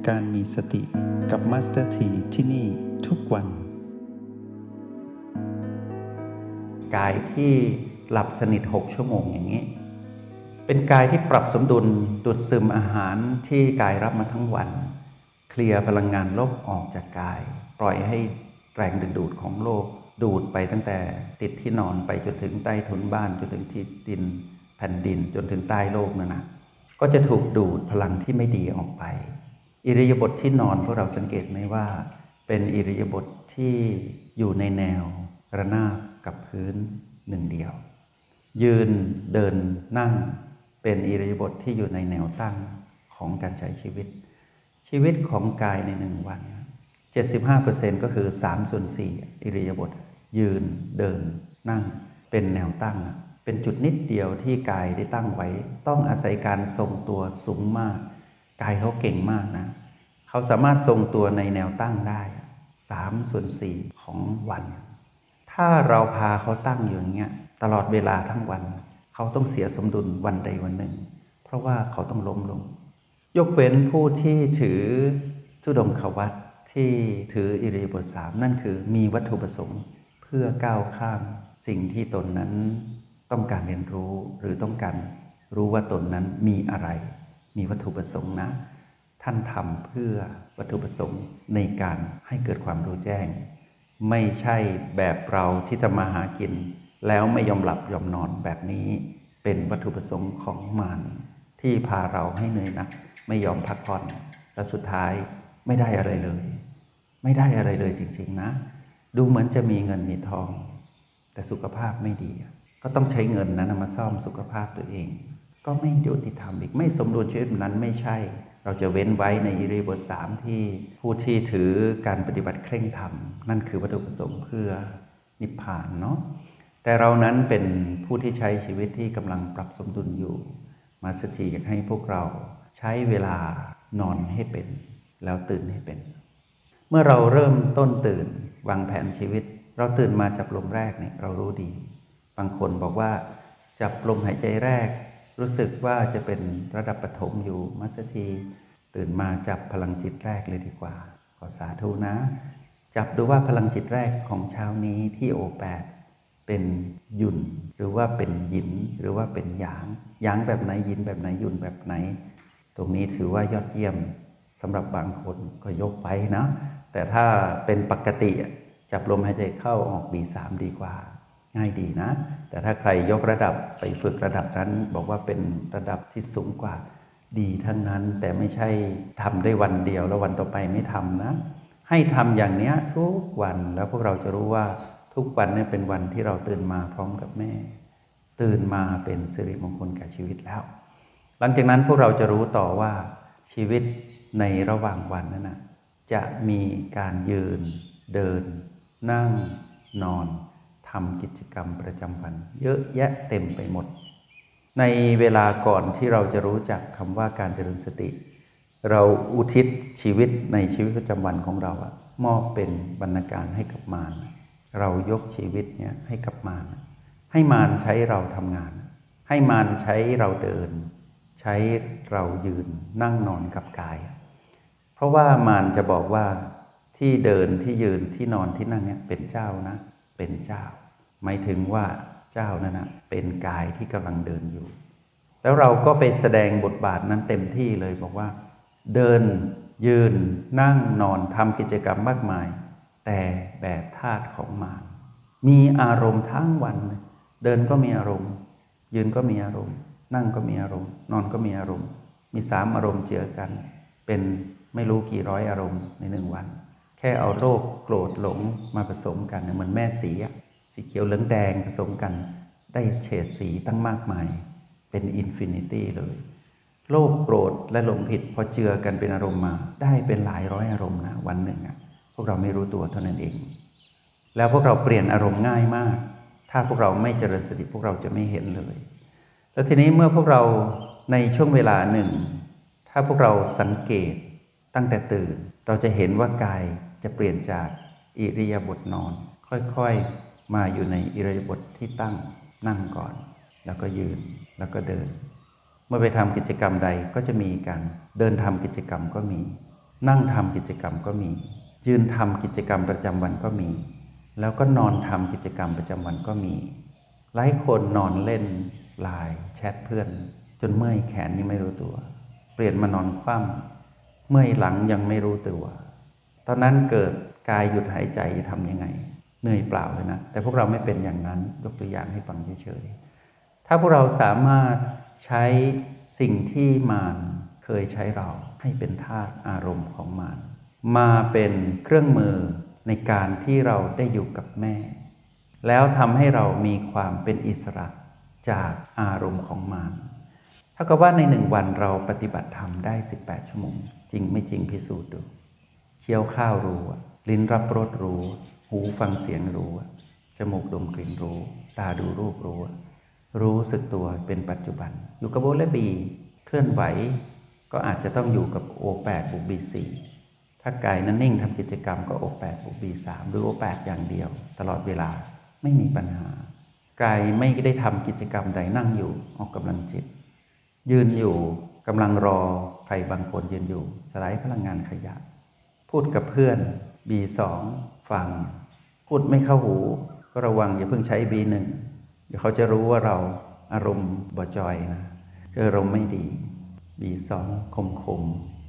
การมีสติกับมาสเตอร์ทีที่นี่ทุกวันกายที่หลับสนิท6 ชั่วโมงอย่างนี้เป็นกายที่ปรับสมดุลดูดซึมอาหารที่กายรับมาทั้งวันเคลียร์พลังงานลบออกจากกายปล่อยให้แรงดึงดูดของโลกดูดไปตั้งแต่ติดที่นอนไปจนถึงใต้ถุนบ้านจนถึงที่ดินแผ่นดินจนถึงใต้โลกนั่นนะก็จะถูกดูดพลังที่ไม่ดีออกไปอิริยาบถที่นอนพวกเราสังเกตไหมว่าเป็นอิริยาบถที่อยู่ในแนวระนาบกับพื้นหนึ่งเดียวยืนเดินนั่งเป็นอิริยาบถที่อยู่ในแนวตั้งของการใช้ชีวิตของกายใน1 วัน 75% ก็คือ3/4อิริยาบถยืนเดินนั่งเป็นแนวตั้งเป็นจุดนิดเดียวที่กายได้ตั้งไว้ต้องอาศัยการทรงตัวสูงมากกายเขาเก่งมากนะเขาสามารถทรงตัวในแนวตั้งได้3/4ของวันถ้าเราพาเขาตั้งอยู่อย่างเงี้ยตลอดเวลาทั้งวันเขาต้องเสียสมดุลวันใดวันหนึ่งเพราะว่าเขาต้องล้มลงยกเว้นผู้ที่ถือธุดงควัตรที่ถืออิริยาบถ3นั่นคือมีวัตถุประสงค์เพื่อก้าวข้ามสิ่งที่ตนนั้นต้องการเรียนรู้หรือต้องการรู้ว่าตนนั้นมีอะไรมีวัตถุประสงค์นะท่านทำเพื่อวัตถุประสงค์ในการให้เกิดความรู้แจ้งไม่ใช่แบบเราที่จะมาหากินแล้วไม่ยอมหลับยอมนอนแบบนี้เป็นวัตถุประสงค์ของมารที่พาเราให้เหนื่อยหนักไม่ยอมพักผ่อนและสุดท้ายไม่ได้อะไรเลยจริงๆนะดูเหมือนจะมีเงินมีทองแต่สุขภาพไม่ดีก็ต้องใช้เงินนั้นมาซ่อมสุขภาพตัวเองก็ไม่ยุติธรรมอีกไม่สมดุลชีวิตนั้นไม่ใช่เราจะเว้นไว้ในอิริยาบถ3ที่ผู้ที่ถือการปฏิบัติเคร่งธรรมนั่นคือวัตถุประสงค์เพื่อนิพพานเนาะแต่เรานั้นเป็นผู้ที่ใช้ชีวิตที่กำลังปรับสมดุลอยู่มาสถีอยากให้พวกเราใช้เวลานอนให้เป็นแล้วตื่นให้เป็นเมื่อเราเริ่มต้นตื่นวางแผนชีวิตเราตื่นมาจับลมแรกเนี่ยเรารู้ดีบางคนบอกว่าจับลมหายใจแรกรู้สึกว่าจะเป็นระดับปฐมอยู่มัสถีตื่นมาจับพลังจิตแรกเลยดีกว่าขอสาธุนะจับดูว่าพลังจิตแรกของเช้านี้ที่โอแปดเป็นหยุ่นหรือว่าเป็นหยินหรือว่าเป็นหยางแบบไหนหยินแบบไหนหยุ่นแบบไหนตรงนี้ถือว่ายอดเยี่ยมสำหรับบางคนก็ยกไปนะแต่ถ้าเป็นปกติจับลมหายใจเข้าออก B3 ดีกว่าง่ายดีนะแต่ถ้าใครยกระดับไปฝึกระดับนั้นบอกว่าเป็นระดับที่สูงกว่าดีทั้งนั้นแต่ไม่ใช่ทำได้วันเดียวแล้ววันต่อไปไม่ทำนะให้ทำอย่างนี้ทุกวันแล้วพวกเราจะรู้ว่าทุกวันนี้เป็นวันที่เราตื่นมาพร้อมกับแม่ตื่นมาเป็นสิริมงคลกับชีวิตแล้วหลังจากนั้นพวกเราจะรู้ต่อว่าชีวิตในระหว่างวันนั้นนะจะมีการยืนเดินนั่งนอนทำกิจกรรมประจำวันเยอะแยะเต็มไปหมดในเวลาก่อนที่เราจะรู้จักคำว่าการเจริญสติเราอุทิศชีวิตในชีวิตประจำวันของเรามอบเป็นบรรณาการให้กับมารเรายกชีวิตเนี่ยให้กับมารให้มารใช้เราทำงานให้มารใช้เราเดินใช้เรายืนนั่งนอนกับกายเพราะว่ามารจะบอกว่าที่เดินที่ยืนที่นอนที่นั่งเนี่ยเป็นเจ้านะเป็นเจ้าหมายถึงว่าเจ้านั่นนะเป็นกายที่กำลังเดินอยู่แล้วเราก็ไปแสดงบทบาทนั้นเต็มที่เลยบอกว่าเดินยืนนั่งนอนทำกิจกรรมมากมายแต่แบบธาตุของมารมีอารมณ์ทั้งวันเดินก็มีอารมณ์ยืนก็มีอารมณ์นั่งก็มีอารมณ์นอนก็มีอารมณ์มี3อารมณ์เจือกันเป็นไม่รู้กี่ร้อยอารมณ์ใน1 วันแค่เอาโลภโกรธหลงมาผสมกันเหมือนแม่สีเขียวเหลืองแดงผสมกันได้เฉดสีตั้งมากมายเป็นอินฟินิตี้เลยโลภโกรธและหลงผิดพอเจือกันเป็นอารมณ์มาได้เป็นหลายร้อยอารมณ์นะวันหนึ่งพวกเราไม่รู้ตัวเท่านั้นเองแล้วพวกเราเปลี่ยนอารมณ์ง่ายมากถ้าพวกเราไม่เจริญสติพวกเราจะไม่เห็นเลยแล้วทีนี้เมื่อพวกเราในช่วงเวลาหนึ่งถ้าพวกเราสังเกตตั้งแต่ตื่นเราจะเห็นว่ากายจะเปลี่ยนจากอิริยาบถนอนค่อยๆมาอยู่ในอิริยาบถที่ตั้งนั่งก่อนแล้วก็ยืนแล้วก็เดินเมื่อไปทำกิจกรรมใดก็จะมีการเดินทำกิจกรรมก็มีนั่งทำกิจกรรมก็มียืนทำกิจกรรมประจำวันก็มีแล้วก็นอนทำกิจกรรมประจำวันก็มีหลายคนนอนเล่นไลน์แชทเพื่อนจนเมื่อยแขนยังไม่รู้ตัวเปลี่ยนมานอนคว่ำเมื่อยหลังยังไม่รู้ตัวตอนนั้นเกิดกายหยุดหายใจจะทำยังไงเหนื่อยเปล่าเลยนะแต่พวกเราไม่เป็นอย่างนั้นยกตัวอย่างให้ฟังเฉยๆถ้าพวกเราสามารถใช้สิ่งที่มารเคยใช้เราให้เป็นทาสอารมณ์ของมารมาเป็นเครื่องมือในการที่เราได้อยู่กับแม่แล้วทำให้เรามีความเป็นอิสระจากอารมณ์ของมารเท่ากับว่าใน1 วันเราปฏิบัติธรรมได้18 ชั่วโมงจริงไม่จริงพิสูจน์ดูเคี้ยวข้าวรู้ลิ้นรับรสรู้หูฟังเสียงรู้จมูกดมกลิ่นรู้ตาดูรูปรู้สึกตัวเป็นปัจจุบันอยู่กับโอและบีเคลื่อนไหวก็อาจจะต้องอยู่กับโอ8บวกบี4ถ้ากายนั้นนิ่งทำกิจกรรมก็โอ8บวกบี3หรือโอ8อย่างเดียวตลอดเวลาไม่มีปัญหากายไม่ได้ทำกิจกรรมใดนั่งอยู่ออกกำลังจิตยืนอยู่กำลังรอใครบางคนยืนอยู่สไลด์พลังงานขยะพูดกับเพื่อน B2 ฟังพูดไม่เข้าหูก็ระวังอย่าเพิ่งใช้ B1 เดี๋ยวเขาจะรู้ว่าเราอารมณ์บ่จอยนะอารมณ์ไม่ดี B2 คม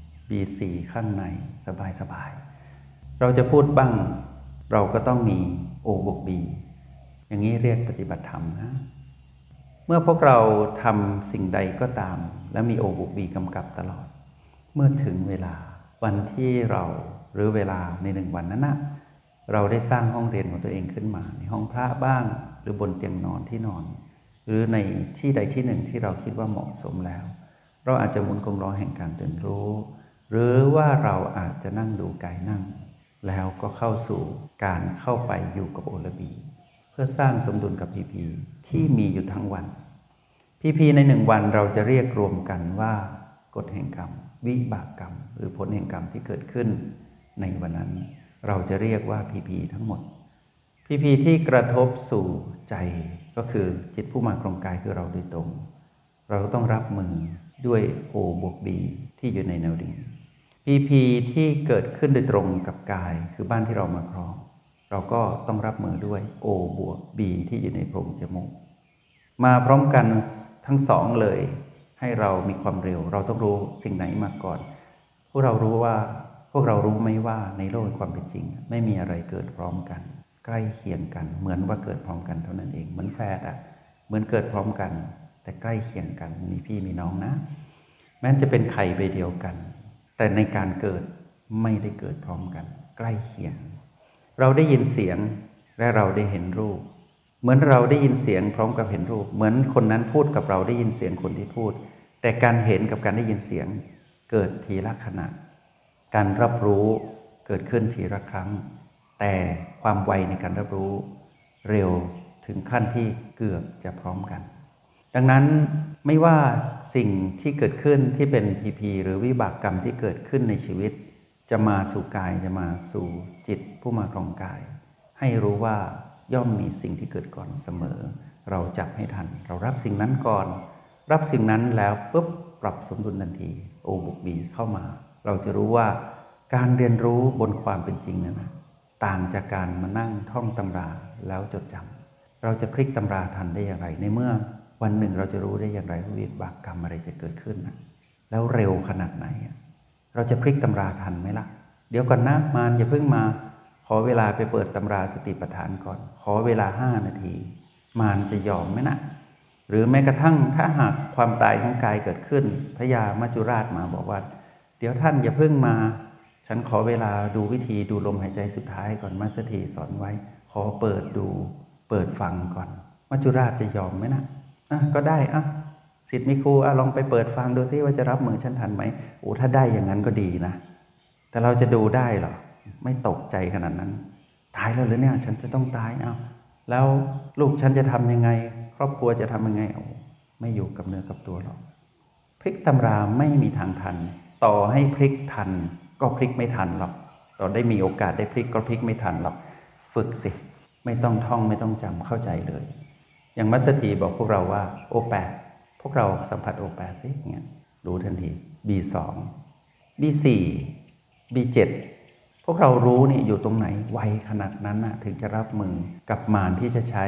B4 ข้างในสบายเราจะพูดบ้างเราก็ต้องมี O บวก B อย่างนี้เรียกปฏิบัติธรรมนะเมื่อพวกเราทำสิ่งใดก็ตามและมี O บวก B กำกับตลอดเมื่อถึงเวลาวันที่เราหรือเวลาใน1 วันนั้นนะเราได้สร้างห้องเรียนของตัวเองขึ้นมาในห้องพระบ้างหรือบนเตียงนอนที่นอนหรือในที่ใดที่หนึ่งที่เราคิดว่าเหมาะสมแล้วเราอาจจะหมุนกงล้อแห่งการตื่นรู้หรือว่าเราอาจจะนั่งดูกายนั่งแล้วก็เข้าสู่การเข้าไปอยู่กับโอและบีเพื่อสร้างสมดุลกับพีพีที่มีอยู่ทั้งวันพีพีใน1 วันเราจะเรียกรวมกันว่ากฎแห่งกรรมวิบากกรรมหรือผลแห่งกรรมที่เกิดขึ้นในวันนั้นเราจะเรียกว่าพีพีทั้งหมดพีพีที่กระทบสู่ใจก็คือจิตผู้มาครองกายคือเราโดยตรงเราต้องรับมือด้วย O บวก B ที่อยู่ในแนวดิ่งพีพีที่เกิดขึ้นโดยตรงกับกายคือบ้านที่เรามาครองเราก็ต้องรับมือด้วย O บวก B ที่อยู่ในโพรงจมูกมาพร้อมกันทั้ง2เลยให้เรามีความเร็วเราต้องรู้สิ่งไหนมาก่อนพวกเรารู้ไหมว่าในโลกความเป็นจริงไม่มีอะไรเกิดพร้อมกันใกล้เคียงกันเหมือนว่าเกิดพร้อมกันเท่านั้นเองเหมือนแฝดเหมือนเกิดพร้อมกันแต่ใกล้เคียงกันมีพี่มีน้องนะแม้จะเป็นไข่ใบเดียวกันแต่ในการเกิดไม่ได้เกิดพร้อมกันใกล้เคียงเราได้ยินเสียงและเราได้เห็นรูปเหมือนเราได้ยินเสียงพร้อมกับเห็นรูปเหมือนคนนั้นพูดกับเราได้ยินเสียงคนที่พูดแต่การเห็นกับการได้ยินเสียงเกิดทีละขณะการรับรู้เกิดขึ้นทีละครั้งแต่ความไวในการรับรู้เร็วถึงขั้นที่เกือบจะพร้อมกันดังนั้นไม่ว่าสิ่งที่เกิดขึ้นที่เป็นพีพีหรือวิบากกรรมที่เกิดขึ้นในชีวิตจะมาสู่กายจะมาสู่จิตผู้มาครองกายให้รู้ว่าย่อมมีสิ่งที่เกิดก่อนเสมอเราจับให้ทันเรารับสิ่งนั้นก่อนรับสิ่งนั้นแล้วปุ๊บปรับสมดุลทันทีโอบวกบีเข้ามาเราจะรู้ว่าการเรียนรู้บนความเป็นจริงนั้นต่างจากการมานั่งท่องตำราแล้วจดจำเราจะพลิกตำราทันได้อย่างไรในเมื่อวันหนึ่งเราจะรู้ได้อย่างไรว่าวิบากกรรมอะไรจะเกิดขึ้นแล้วเร็วขนาดไหนเราจะพลิกตำราทันไหมล่ะเดี๋ยวก่อนนะมารอย่าเพิ่งมาขอเวลาไปเปิดตำราสติปัฏฐานก่อนขอเวลา5 นาทีมารจะยอมไหมนะหรือแม้กระทั่งถ้าหากความตายของกายเกิดขึ้นพญามัจจุราชมาบอกว่าเดี๋ยวท่านอย่าเพิ่งมาฉันขอเวลาดูวิธีดูลมหายใจสุดท้ายก่อนมัสถีสอนไว้ขอเปิดฟังก่อนมัจจุราชจะยอมไหมนะก็ได้ศิษย์มิครูลองไปเปิดฟังดูซิว่าจะรับมือฉันทันไหมโอ้ถ้าได้อย่างนั้นก็ดีนะแต่เราจะดูได้หรอไม่ตกใจขนาดนั้นตายแล้วหรือเนี่ยฉันจะต้องตายแล้วลูกฉันจะทำยังไงครอบครัวจะทำยังไงไม่อยู่กับเนื้อกับตัวหรอกพลิกตำราไม่มีทางทันต่อให้พลิกทันก็พลิกไม่ทันหรอกต่อได้มีโอกาสได้พลิกก็พลิกไม่ทันหรอกฝึกสิไม่ต้องท่องไม่ต้องจำเข้าใจเลยอย่างมัสถีบอกพวกเราว่าโอแปดพวกเราสัมผัสโอแปดสิเงี้ยรู้ทันที B2 B4 B7 พวกเรารู้นี่อยู่ตรงไหนไวขนาดนั้นนะถึงจะรับมือกับมารที่จะใช้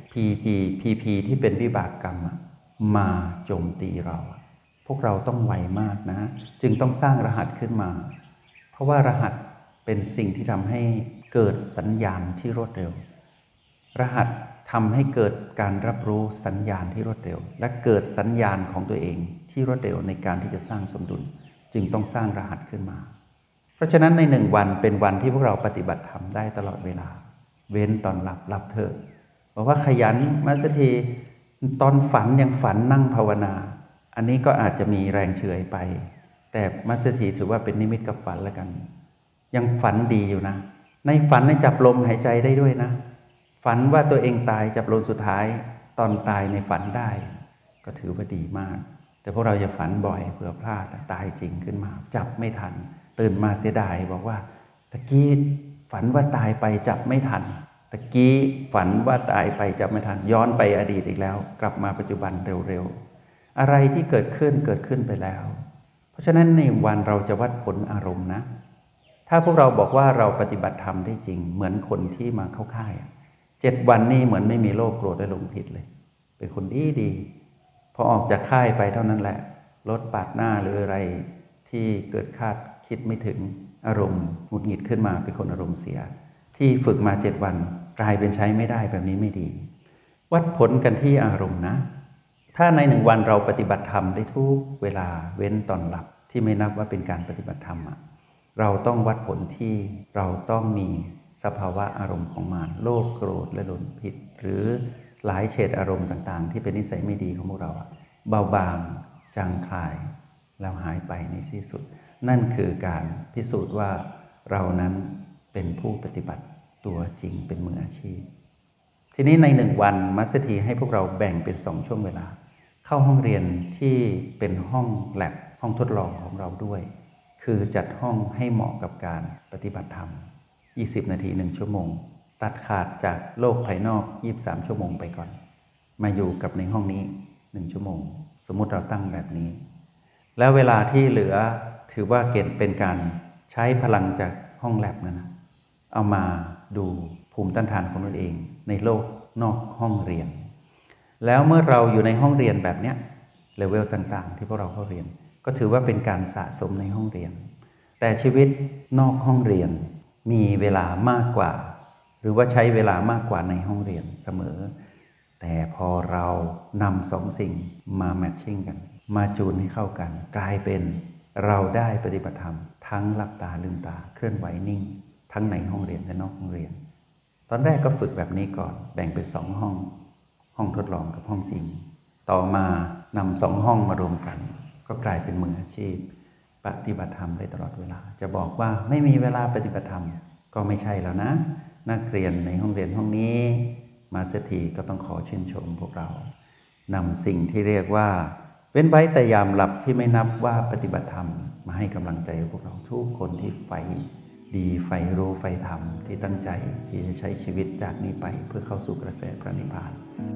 PP ที่เป็นวิบากกรรมมาโจมตีเราพวกเราต้องไวมากนะจึงต้องสร้างรหัสขึ้นมาเพราะว่ารหัสเป็นสิ่งที่ทำให้เกิดสัญญาณที่รวดเร็วรหัสทำให้เกิดการรับรู้สัญญาณที่รวดเร็วและเกิดสัญญาณของตัวเองที่รวดเร็วในการที่จะสร้างสมดุลจึงต้องสร้างรหัสขึ้นมาเพราะฉะนั้นใน1 วันเป็นวันที่พวกเราปฏิบัติธรรมได้ตลอดเวลาเว้นตอนหลับเถอะบอกว่าขยันมาสักทีตอนฝันยังฝันนั่งภาวนาอันนี้ก็อาจจะมีแรงเฉื่อยไปแต่มัสถีถือว่าเป็นนิมิตกับฝันแล้วกันยังฝันดีอยู่นะในฝันในจับลมหายใจได้ด้วยนะฝันว่าตัวเองตายจับลมสุดท้ายตอนตายในฝันได้ก็ถือว่าดีมากแต่พวกเราอย่าฝันบ่อยเผื่อพลาดตายจริงขึ้นมาจับไม่ทันตื่นมาเสียดายบอกว่าตะกี้ฝันว่าตายไปจับไม่ทันตะกี้ฝันว่าตายไปจับไม่ทันย้อนไปอดีตอีกแล้วกลับมาปัจจุบันเร็วๆอะไรที่เกิดขึ้นไปแล้วเพราะฉะนั้นในวันเราจะวัดผลอารมณ์นะถ้าพวกเราบอกว่าเราปฏิบัติธรรมได้จริงเหมือนคนที่มาเข้าค่าย7 วันนี่เหมือนไม่มีโรคโกรธและหลงผิดเลยเป็นคนดีพอออกจากค่ายไปเท่านั้นแหละรถปาดหน้าหรืออะไรที่เกิดคาดคิดไม่ถึงอารมณ์หงุดหงิดขึ้นมาเป็นคนอารมณ์เสียที่ฝึกมา7 วันกลายเป็นใช้ไม่ได้แบบนี้ไม่ดีวัดผลกันที่อารมณ์นะถ้าใน1 วันเราปฏิบัติธรรมได้ทุกเวลาเว้นตอนหลับที่ไม่นับว่าเป็นการปฏิบัติธรรมเราต้องวัดผลที่เราต้องมีสภาวะอารมณ์ของมารโลภโกรธและหลงผิดหรือหลายเฉดอารมณ์ต่างๆที่เป็นนิสัยไม่ดีของพวกเราเบาบางจางคลายแล้วหายไปในที่สุดนั่นคือการพิสูจน์ว่าเรานั้นเป็นผู้ปฏิบัติตัวจริงเป็นมืออาชีพทีนี้ใน1 วันมัสถีให้พวกเราแบ่งเป็น2 ช่วงเวลาเข้าห้องเรียนที่เป็นห้องแลบห้องทดลองของเราด้วยคือจัดห้องให้เหมาะกับการปฏิบัติธรรม20 นาที1 ชั่วโมงตัดขาดจากโลกภายนอก23 ชั่วโมงไปก่อนมาอยู่กับในห้องนี้1 ชั่วโมงสมมุติเราตั้งแบบนี้แล้วเวลาที่เหลือถือว่าเกณฑ์เป็นการใช้พลังจากห้องแลบนะเอามาดูภูมิต้านทานของตนเองในโลกนอกห้องเรียนแล้วเมื่อเราอยู่ในห้องเรียนแบบเนี้ยเลเวลต่างๆที่พวกเราเข้าเรียนก็ถือว่าเป็นการสะสมในห้องเรียนแต่ชีวิตนอกห้องเรียนมีเวลามากกว่าหรือว่าใช้เวลามากกว่าในห้องเรียนเสมอแต่พอเรานำ2 สิ่งมาแมทชิ่งกันมาจูนให้เข้ากันกลายเป็นเราได้ปฏิบัติธรรมทั้งหลับตาลืมตาเคลื่อนไหวนิ่งทั้งในห้องเรียนและนอกห้องเรียนตอนแรกก็ฝึกแบบนี้ก่อนแบ่งเป็น2 ห้องทดลองกับห้องจริงต่อมานำ2 ห้องมารวมกันก็กลายเป็นมืออาชีพปฏิบัติธรรมได้ตลอดเวลาจะบอกว่าไม่มีเวลาปฏิบัติธรรมก็ไม่ใช่แล้วนะนักเรียนในห้องเรียนห้องนี้มาสถีก็ต้องขอชื่นชมพวกเรานำสิ่งที่เรียกว่าเว้นไว้แต่ยามหลับที่ไม่นับว่าปฏิบัติธรรมมาให้กำลังใจพวกเราทุกคนที่ใฝ่ดีใฝ่รู้ใฝ่ธรรมที่ตั้งใจที่จะใช้ชีวิตจากนี้ไปเพื่อเข้าสู่กระแสพระนิพพาน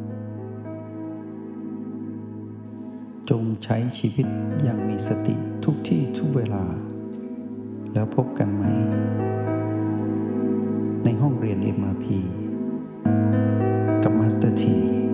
จงใช้ชีวิตอย่างมีสติทุกที่ทุกเวลาแล้วพบกันไหมในห้องเรียน MRP กับมาสเตอร์ที